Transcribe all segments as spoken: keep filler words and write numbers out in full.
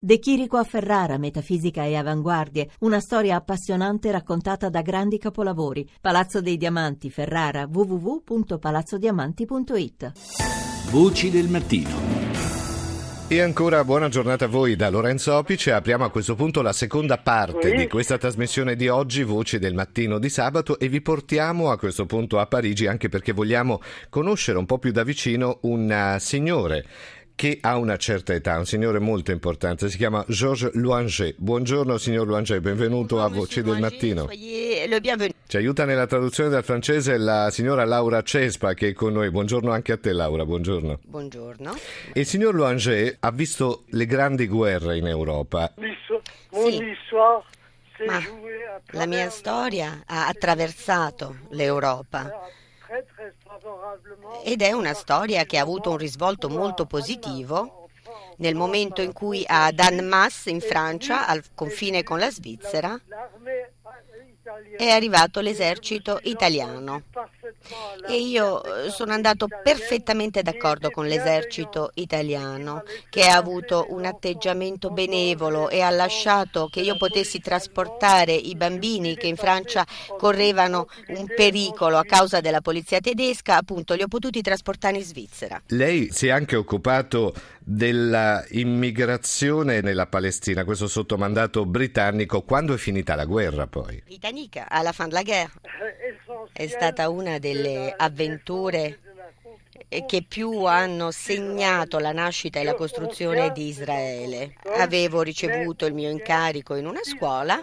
De Chirico a Ferrara, metafisica e avanguardie, una storia appassionante raccontata da grandi capolavori. Palazzo dei Diamanti, Ferrara, w w w punto palazzo diamanti punto it. Voci del mattino. E ancora buona giornata a voi da Lorenzo Opice. Apriamo a questo punto la seconda parte di questa trasmissione di oggi, Voci del mattino di sabato, e vi portiamo a questo punto a Parigi anche perché vogliamo conoscere un po' più da vicino un signore che ha una certa età, un signore molto importante, si chiama Georges Loinger. Buongiorno signor Loinger, benvenuto Buongiorno, a Voci del mattino. Soyez le bienvenu. Ci aiuta nella traduzione dal francese la signora Laura Cespa che è con noi. Buongiorno anche a te Laura, buongiorno. Buongiorno. E il signor Loinger ha visto le grandi guerre in Europa. Sì. Ma la mia storia ha attraversato l'Europa ed è una storia che ha avuto un risvolto molto positivo nel momento in cui a Annemasse, in Francia, al confine con la Svizzera, è arrivato l'esercito italiano. E io sono andato perfettamente d'accordo con l'esercito italiano, che ha avuto un atteggiamento benevolo e ha lasciato che io potessi trasportare i bambini che in Francia correvano un pericolo a causa della polizia tedesca, appunto li ho potuti trasportare in Svizzera. Lei si è anche occupato della immigrazione nella Palestina, questo sottomandato britannico. Quando è finita la guerra poi? Britannica, alla fin de la guerre. È stata una delle avventure che più hanno segnato la nascita e la costruzione di Israele. Avevo ricevuto il mio incarico in una scuola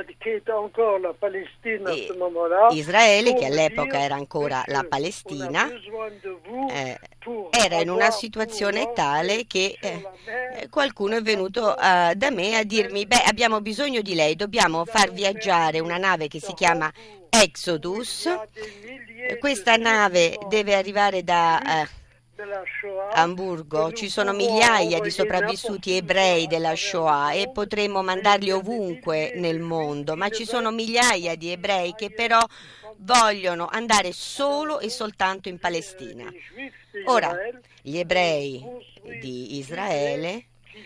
e Israele, che all'epoca era ancora la Palestina, eh, era in una situazione tale che eh, qualcuno è venuto uh, da me a dirmi: beh, abbiamo bisogno di lei, dobbiamo far viaggiare una nave che si chiama Exodus. Questa nave deve arrivare da eh, Amburgo. Ci sono migliaia di sopravvissuti ebrei della Shoah e potremmo mandarli ovunque nel mondo, ma ci sono migliaia di ebrei che però vogliono andare solo e soltanto in Palestina. Ora, gli ebrei di Israele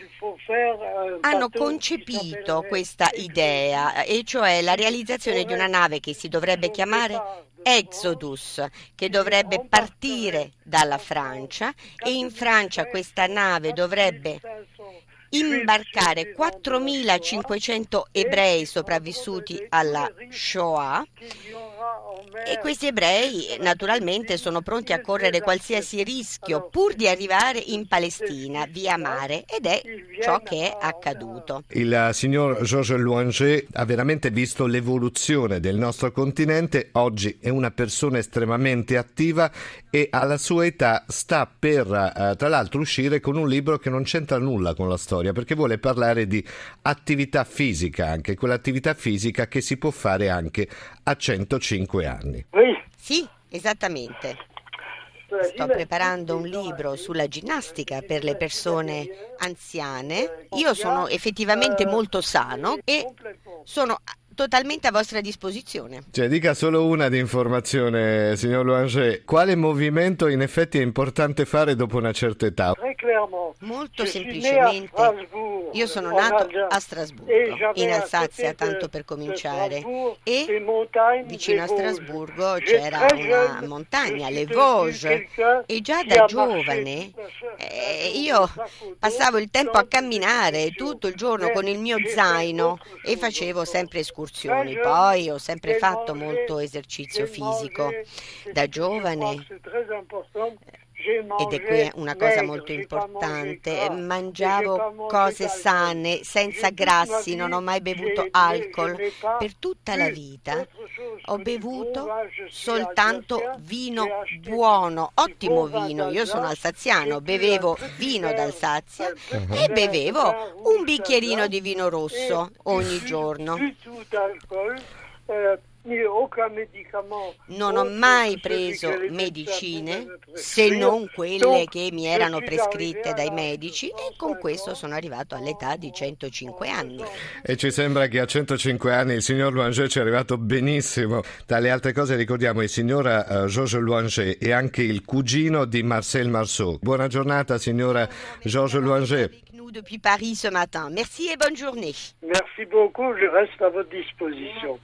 hanno concepito questa idea, e cioè la realizzazione di una nave che si dovrebbe chiamare Exodus, che dovrebbe partire dalla Francia, e in Francia questa nave dovrebbe imbarcare quattromilacinquecento ebrei sopravvissuti alla Shoah, e questi ebrei naturalmente sono pronti a correre qualsiasi rischio pur di arrivare in Palestina via mare, ed è ciò che è accaduto. Il signor Georges Loinger ha veramente visto l'evoluzione del nostro continente. Oggi è una persona estremamente attiva e alla sua età sta per eh, tra l'altro uscire con un libro che non c'entra nulla con la storia, perché vuole parlare di attività fisica, anche quell'attività fisica che si può fare anche a centocinque anni. Sì, esattamente. Sto preparando un libro sulla ginnastica per le persone anziane. Io sono effettivamente molto sano e sono totalmente a vostra disposizione. Cioè, dica solo una di informazione, signor Loinger. Quale movimento in effetti è importante fare dopo una certa età? Molto semplicemente, io sono nato a Strasburgo, in Alsazia, tanto per cominciare, e vicino a Strasburgo c'era una montagna, le Vosges, e già da giovane eh, io passavo il tempo a camminare tutto il giorno con il mio zaino e facevo sempre escursioni. Poi ho sempre fatto molto esercizio fisico da giovane. Ed è qui una cosa molto importante: mangiavo cose sane, senza grassi, non ho mai bevuto alcol. Per tutta la vita ho bevuto soltanto vino buono, ottimo vino. Io sono alsaziano, bevevo vino d'Alsazia e bevevo un bicchierino di vino rosso ogni giorno. Non ho mai preso medicine se non quelle che mi erano prescritte dai medici e con questo sono arrivato all'età di centocinque anni. E ci sembra che a centocinque anni il signor Loanger ci è arrivato benissimo. Tra le altre cose ricordiamo il signor uh, Georges Loanger e anche il cugino di Marcel Marceau. Buona giornata signora Georges Loanger. Avec nous depuis Paris ce matin. Merci et bonne journée. Merci beaucoup, je reste à votre disposition.